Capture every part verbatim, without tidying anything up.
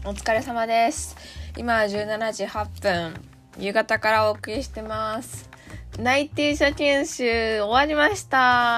お疲れ様です。今はじゅうしちじはっぷん、夕方からお送りしてます。内定者研修終わりました。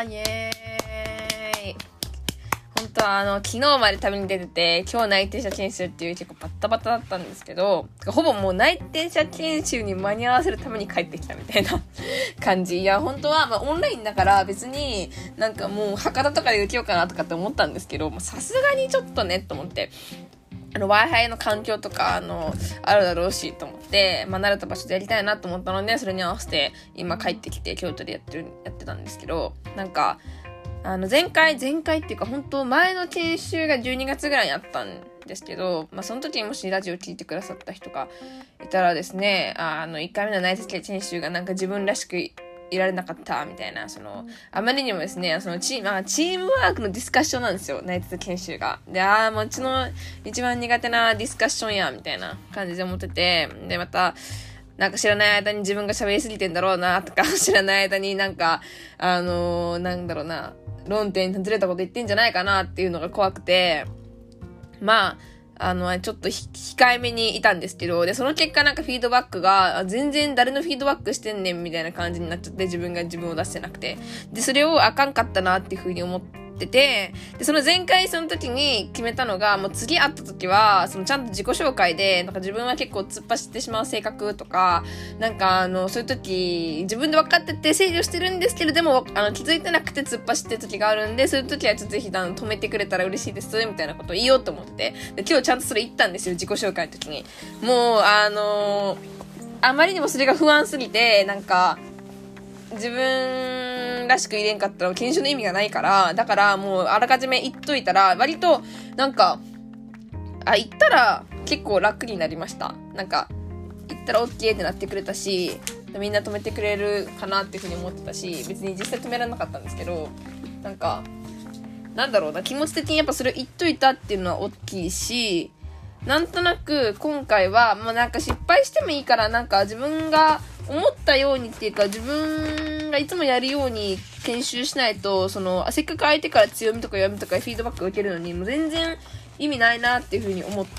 イエーイ。本当はあの昨日まで旅に出てて、今日内定者研修っていう結構バッタバタだったんですけど、ほぼもう内定者研修に間に合わせるために帰ってきたみたいな感じ。いや本当はまあオンラインだから別になんかもう博多とかで受けようかなとかって思ったんですけど、さすがにちょっとねと思って。あの Wi-Fi の環境とかあのあるだろうしと思って、まあ、慣れた場所でやりたいなと思ったので、それに合わせて今帰ってきて京都でやってるやってたんですけど、なんかあの前回前回っていうか本当前の研修がじゅうにがつぐらいにあったんですけど、まあ、その時にもしラジオ聞いてくださった人がいたらですね、あのいっかいめの内定研修がなんか自分らしくいられなかったみたいな、そのあまりにもですね、そのチーム、まあ、チームワークのディスカッションなんですよ、内定研修が。で、ああもううちの一番苦手なディスカッションやみたいな感じで思ってて、でまたなんか知らない間に自分が喋りすぎてんだろうなとか、知らない間になんかあのー、なんだろうな論点にずれたこと言ってんじゃないかなっていうのが怖くて、まああの、ちょっと控えめにいたんですけど、で、その結果なんかフィードバックが、全然誰のフィードバックしてんねんみたいな感じになっちゃって、自分が自分を出してなくて。で、それをあかんかったなっていう風に思ってて、で、その前回その時に決めたのが、もう次会った時は、そのちゃんと自己紹介で、なんか自分は結構突っ走ってしまう性格とか、なんかあの、そういう時、自分で分かってて制御してるんですけど、でも、あの、気づいてなくて突っ走ってる時があるんで、そういう時はちょっとぜひあの止めてくれたら嬉しいです、みたいなことを言おうと思って、で今日ちゃんとそれ言ったんですよ、自己紹介の時に。もう、あのー、あまりにもそれが不安すぎて、なんか、自分らしく入れんかったら研修の意味がないから、だからもうあらかじめ言っといたら、割と、なんか、あ、言ったら結構楽になりました。なんか、言ったら OK ってなってくれたし、みんな止めてくれるかなっていうふうに思ってたし、別に実際止められなかったんですけど、なんか、なんだろうな、気持ち的にやっぱそれを言っといたっていうのは大きいし、なんとなく今回はもうなんか失敗してもいいから、なんか自分が思ったようにっていうか、自分がいつもやるように研修しないと、そのせっかく相手から強みとか弱みとかフィードバックを受けるのにもう全然意味ないなっていう風に思って、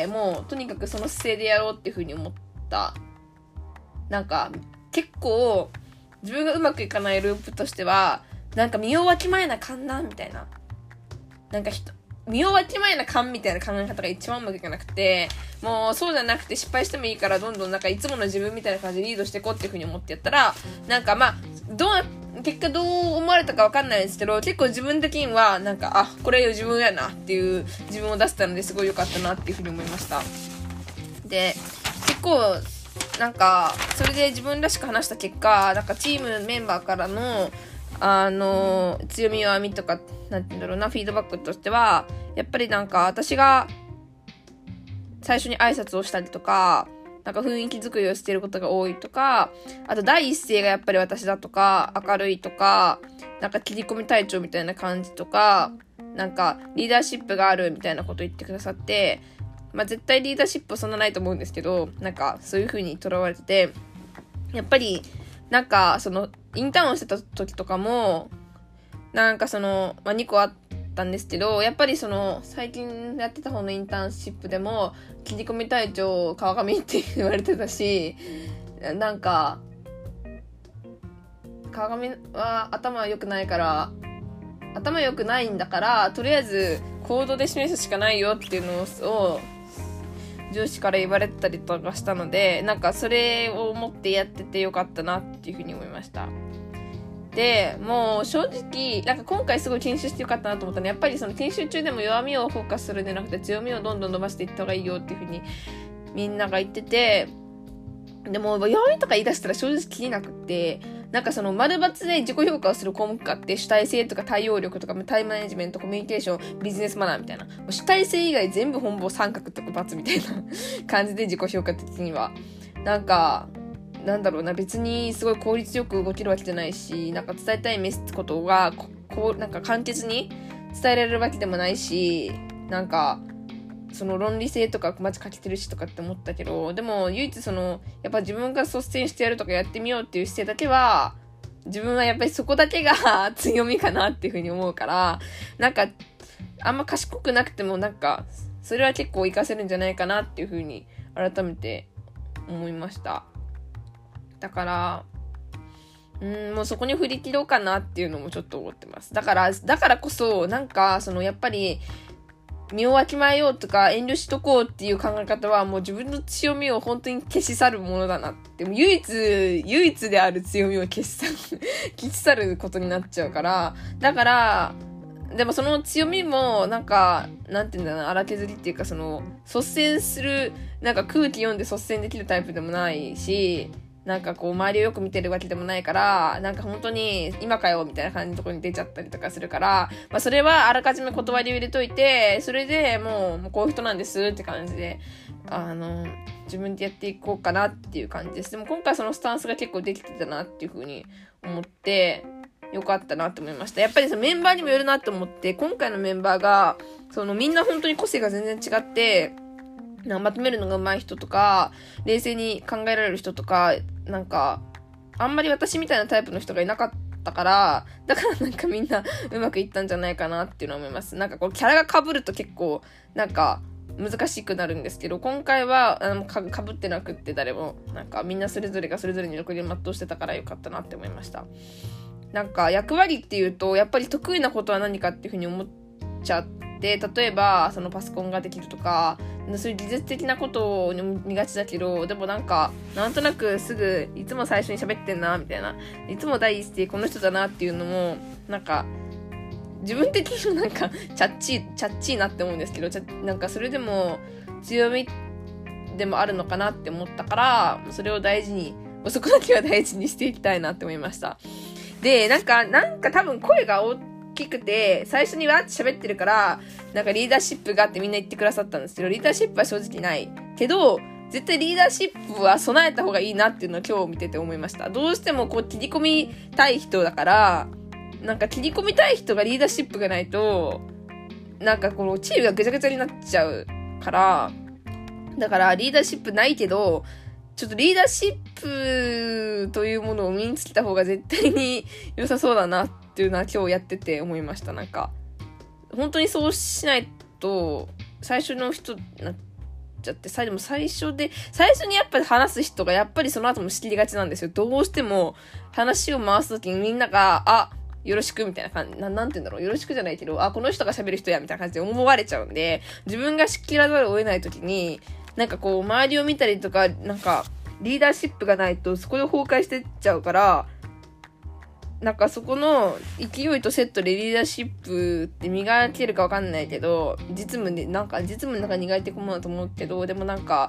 もうとにかくその姿勢でやろうっていう風に思った。なんか結構自分がうまくいかないループとしては、なんか身をわきまえなかんなみたいな、なんか人身をわきまえな勘みたいな考え方が一番うまくいかなくて、もうそうじゃなくて失敗してもいいからどんどんなんかいつもの自分みたいな感じでリードしていこうっていう風に思ってやったら、なんかまあどう結果どう思われたかわかんないんですけど、結構自分的にはなんかあこれ自分やなっていう自分を出せたのですごい良かったなっていう風に思いました。で結構なんかそれで自分らしく話した結果、なんかチームメンバーからのあの強み弱みとかなんて言うんだろうな、フィードバックとしてはやっぱりなんか私が最初に挨拶をしたりとか、なんか雰囲気作りをしていることが多いとか、あと第一声がやっぱり私だとか、明るいとか、なんか切り込み隊長みたいな感じとか、なんかリーダーシップがあるみたいなことを言ってくださって、まあ絶対リーダーシップはそんなないと思うんですけど、なんかそういう風にとらわれてて、やっぱりなんかそのインターンをしてた時とかもなんかその、まあ、にこあったんですけど、やっぱりその最近やってた方のインターンシップでも切り込み隊長川上って言われてたし、なんか川上は頭良くないから頭良くないんだからとりあえず行動で示すしかないよっていうのを上司から言われたりとかしたので、なんかそれを思ってやっててよかったなっていうふうに思いました。でもう正直なんか今回すごい研修してよかったなと思ったのは、やっぱりその研修中でも弱みをフォーカスするんじゃなくて強みをどんどん伸ばしていった方がいいよっていうふうにみんなが言ってて、でも弱みとか言い出したら正直気になくって、なんかその丸抜で自己評価をする項目があって、主体性とか対応力とかタイムマネジメント、コミュニケーション、ビジネスマナーみたいな、主体性以外全部本棒三角とか×みたいな感じで自己評価的にはなんかなんだろうな、別にすごい効率よく動けるわけじゃないし、なんか伝えたいメッことがここうなんか簡潔に伝えられるわけでもないし、なんかその論理性とかマジ欠けてるしとかって思ったけど、でも唯一そのやっぱ自分が率先してやるとかやってみようっていう姿勢だけは、自分はやっぱりそこだけが強みかなっていうふうに思うから、なんかあんま賢くなくてもなんかそれは結構活かせるんじゃないかなっていうふうに改めて思いました。だからうーんもうそこに振り切ろうかなっていうのもちょっと思ってます。だからだからこそなんかそのやっぱり身をわきまえようとか遠慮しとこうっていう考え方はもう自分の強みを本当に消し去るものだなって、唯一唯一である強みを消し去る消し去ることになっちゃうから、だからでもその強みもなんかなんていうんだろうな、荒削りっていうか、その率先するなんか空気読んで率先できるタイプでもないし、なんかこう周りをよく見てるわけでもないから、なんか本当に今かよみたいな感じのところに出ちゃったりとかするから、まあそれはあらかじめ断りを入れといて、それでもう、もうこういう人なんですって感じで、あの自分でやっていこうかなっていう感じです。でも今回そのスタンスが結構できてたなっていう風に思ってよかったなと思いました。やっぱりそのメンバーにもよるなと思って、今回のメンバーがそのみんな本当に個性が全然違って、なんかまとめるのが上手い人とか冷静に考えられる人とか、なんかあんまり私みたいなタイプの人がいなかったから、だからなんかみんなうまくいったんじゃないかなっていうのを思います。なんかこうキャラが被ると結構なんか難しくなるんですけど、今回はあのか被ってなくって、誰もなんかみんなそれぞれがそれぞれに役割を全うしてたからよかったなって思いました。なんか役割っていうとやっぱり得意なことは何かっていうふうに思っちゃって、例えばそのパソコンができるとかそういう技術的なことを見がちだけど、でもなんかなんとなくすぐいつも最初に喋ってんなみたいな、いつも第一声この人だなっていうのもなんか自分的にもなんかチャッチーチャッチーなって思うんですけど、なんかそれでも強みでもあるのかなって思ったから、それを大事に、そこだけは大事にしていきたいなって思いました。でなんかなんか多分声が大きくて最初にわーって喋ってるから、なんかリーダーシップがあってみんな言ってくださったんですけど、リーダーシップは正直ないけど絶対リーダーシップは備えた方がいいなっていうのを今日見てて思いました。どうしてもこう切り込みたい人だから、なんか切り込みたい人がリーダーシップがないとなんかこのチームがぐちゃぐちゃになっちゃうから、だからリーダーシップないけどちょっとリーダーシップというものを身につけた方が絶対に良さそうだなっていうのは今日やってて思いました。なんか本当にそうしないと最初の人になっちゃって、最でも最初で最初にやっぱり話す人がやっぱりその後も仕切りがちなんですよ。どうしても話を回すときにみんながあよろしくみたいな感じな、なんて言うんだろう、よろしくじゃないけど、あこの人が喋る人やみたいな感じで思われちゃうんで、自分が仕切らざるを得ないときになんかこう周りを見たりとか、なんかリーダーシップがないとそこで崩壊してっちゃうから、なんかそこの勢いとセットでリーダーシップって磨けるかわかんないけど、実務でなんか実務の中に磨いていくものだと思うけど、でもなんか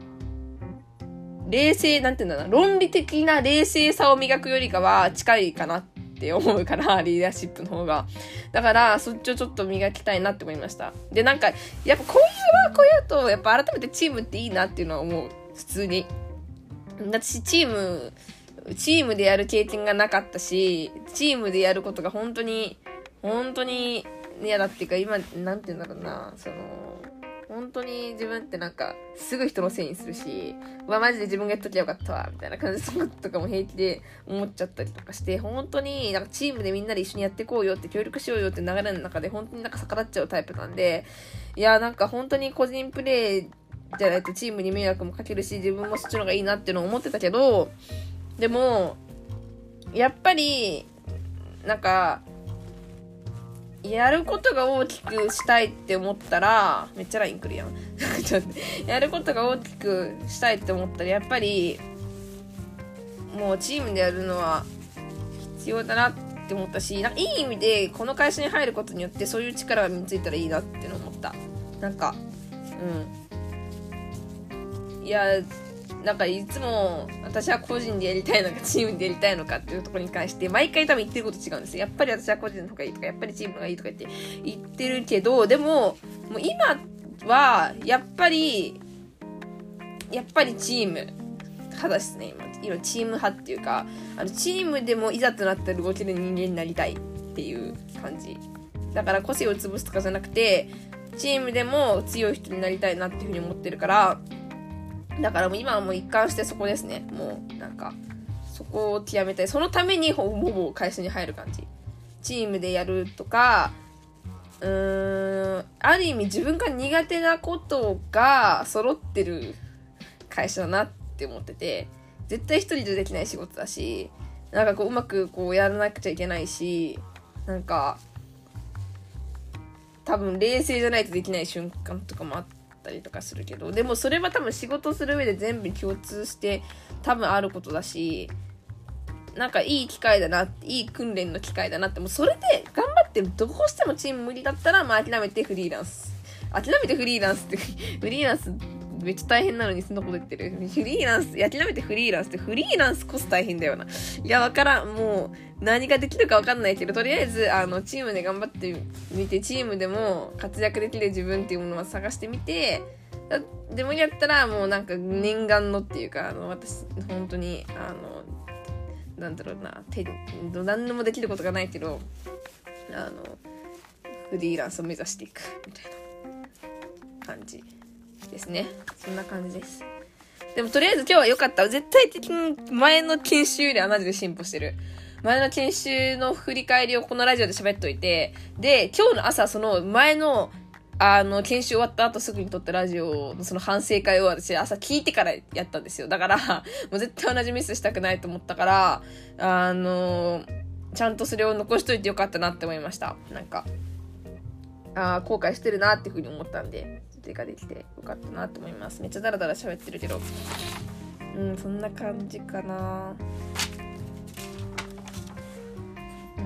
冷静なんていうんだな、論理的な冷静さを磨くよりかは近いかなって思うから、リーダーシップの方が。だからそっちをちょっと磨きたいなって思いました。でなんかやっぱこういうワークをやるとやっぱ改めてチームっていいなっていうのは思う。普通に私チームチームでやる経験がなかったし、チームでやることが本当に本当に嫌だっていうか、今なんて言うんだろうな、その本当に自分ってなんかすぐ人のせいにするし、うわマジで自分がやっときゃよかったわみたいな感じとかも平気で思っちゃったりとかして、本当になんかチームでみんなで一緒にやっていこうよって協力しようよって流れの中で本当になんか逆らっちゃうタイプなんで、いやなんか本当に個人プレーじゃないとチームに迷惑もかけるし、自分もそっちの方がいいなっていうのを思ってたけど、でもやっぱりなんかやることが大きくしたいって思ったら、めっちゃライン来るやんちょっとやることが大きくしたいって思ったら、やっぱりもうチームでやるのは必要だなって思ったし、なんかいい意味でこの会社に入ることによってそういう力が身についたらいいなっていうのを思った。なんかうんいやなんかいつも私は個人でやりたいのかチームでやりたいのかっていうところに関して毎回多分言ってること違うんですよ。やっぱり私は個人の方がいいとか、やっぱりチームがいいとか言って言ってるけど、でももう今はやっぱりやっぱりチーム派ですね。今今チーム派っていうか、あのチームでもいざとなったら動ける人間になりたいっていう感じだから、個性を潰すとかじゃなくてチームでも強い人になりたいなっていうふうに思ってるから、だからもう今はもう一貫してそこですね。もうなんかそこを極めたい。そのためにほぼ会社に入る感じ。チームでやるとかうーん、ある意味自分が苦手なことが揃ってる会社だなって思ってて、絶対一人でできない仕事だし、なんかこううまくこうやらなくちゃいけないし、なんか多分冷静じゃないとできない瞬間とかもあったりとかするけど、でもそれは多分仕事する上で全部共通して多分あることだし、なんかいい機会だなって、いい訓練の機会だなって、もうそれで頑張ってどうしてもチーム無理だったら、まあ諦めてフリーランス。諦めてフリーランスって、フリーランスめっちゃ大変なのにそんなこと言ってる。フリーランス、諦めてフリーランスって、フリーランスこそ大変だよな。いや、わからん。もう何ができるかわかんないけど、とりあえず、あの、チームで頑張ってみて、チームでも活躍できる自分っていうものを探してみて、でもやったらもうなんか念願のっていうか、あの、私、本当に、あの、なんだろうな、手何でもできることがないけど、あのフリーランスを目指していくみたいな感じですね。そんな感じです。でもとりあえず今日は良かった。絶対的に前の研修よりはマジで進歩してる。前の研修の振り返りをこのラジオで喋っといて、で今日の朝その前のあの、研修終わった後すぐに撮ったラジオのその反省会を私朝聞いてからやったんですよ。だから、もう絶対同じミスしたくないと思ったから、あの、ちゃんとそれを残しといてよかったなって思いました。なんか、あ後悔してるなっていうふうに思ったんで、それができてよかったなって思います。めっちゃダラダラ喋ってるけど。うん、そんな感じかな。うん。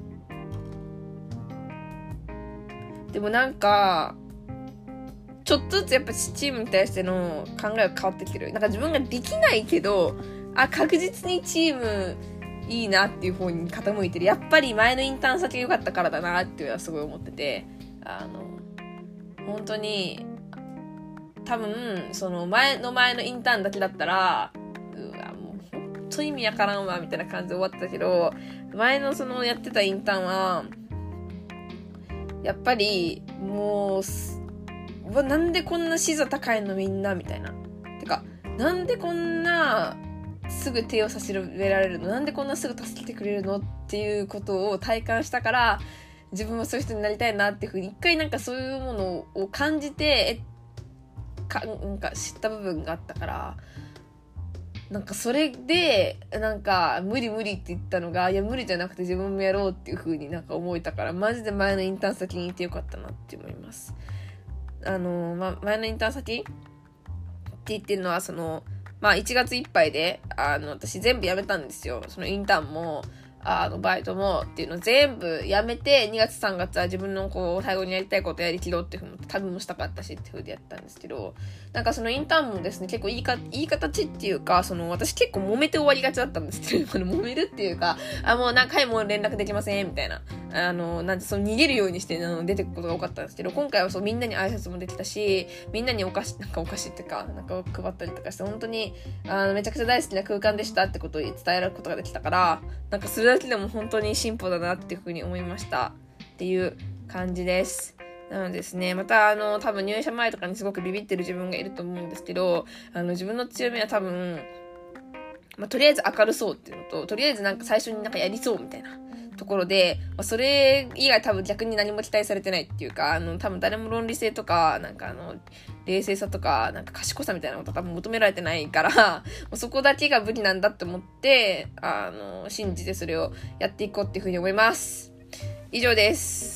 でもなんかちょっとずつやっぱチームに対しての考えが変わってきてる。なんか自分ができないけど、あ、確実にチームいいなっていう方に傾いてる。やっぱり前のインターン先が良かったからだなっていうのはすごい思ってて、あの本当に多分その前の前のインターンだけだったら、うわもう本当に意味わからんわみたいな感じで終わってたけど、前のそのやってたインターンはやっぱりもうなんでこんな視座高いのみんなみたいな、てかなんでこんなすぐ手を差し伸べられるの、なんでこんなすぐ助けてくれるのっていうことを体感したから、自分もそういう人になりたいなっていうふうに一回なんかそういうものを感じてかなんか知った部分があったから、なんかそれでなんか無理無理って言ったのが、いや無理じゃなくて自分もやろうっていう風になんか思えたから、マジで前のインターン先にいてよかったなって思います。あの、ま、前のインターン先って言ってるのはそのまあいちがついっぱいであの私全部やめたんですよ。そのインターンもあのバイトもっていうの全部やめて、にがつさんがつは自分のこう最後にやりたいことやりきろうっていうふうに旅もしたかったしっていう風でやったんですけど、なんかそのインターンもですね結構いいかいい形っていうか、その私結構揉めて終わりがちだったんですけど、揉めるっていうか、あもう何回も連絡できませんみたいな、あのなんてその逃げるようにしてあの出てくことが多かったんですけど、今回はそうみんなに挨拶もできたし、みんなにお菓子なんかお菓子っていうかなんか配ったりとかして、本当にあのめちゃくちゃ大好きな空間でしたってことを伝えることができたから、なんかそれだけでも本当に進歩だなっていうふうに思いましたっていう感じです。なのでですね、またあの多分入社前とかにすごくビビってる自分がいると思うんですけど、あの自分の強みは多分、まあ、とりあえず明るそうっていうのと、とりあえずなんか最初になんかやりそうみたいなところで、まあ、それ以外多分逆に何も期待されてないっていうか、あの多分誰も論理性とかなんかあの冷静さとかなんか賢さみたいなこと多分求められてないから、そこだけが武器なんだって思ってあの信じてそれをやっていこうっていうふうに思います。以上です。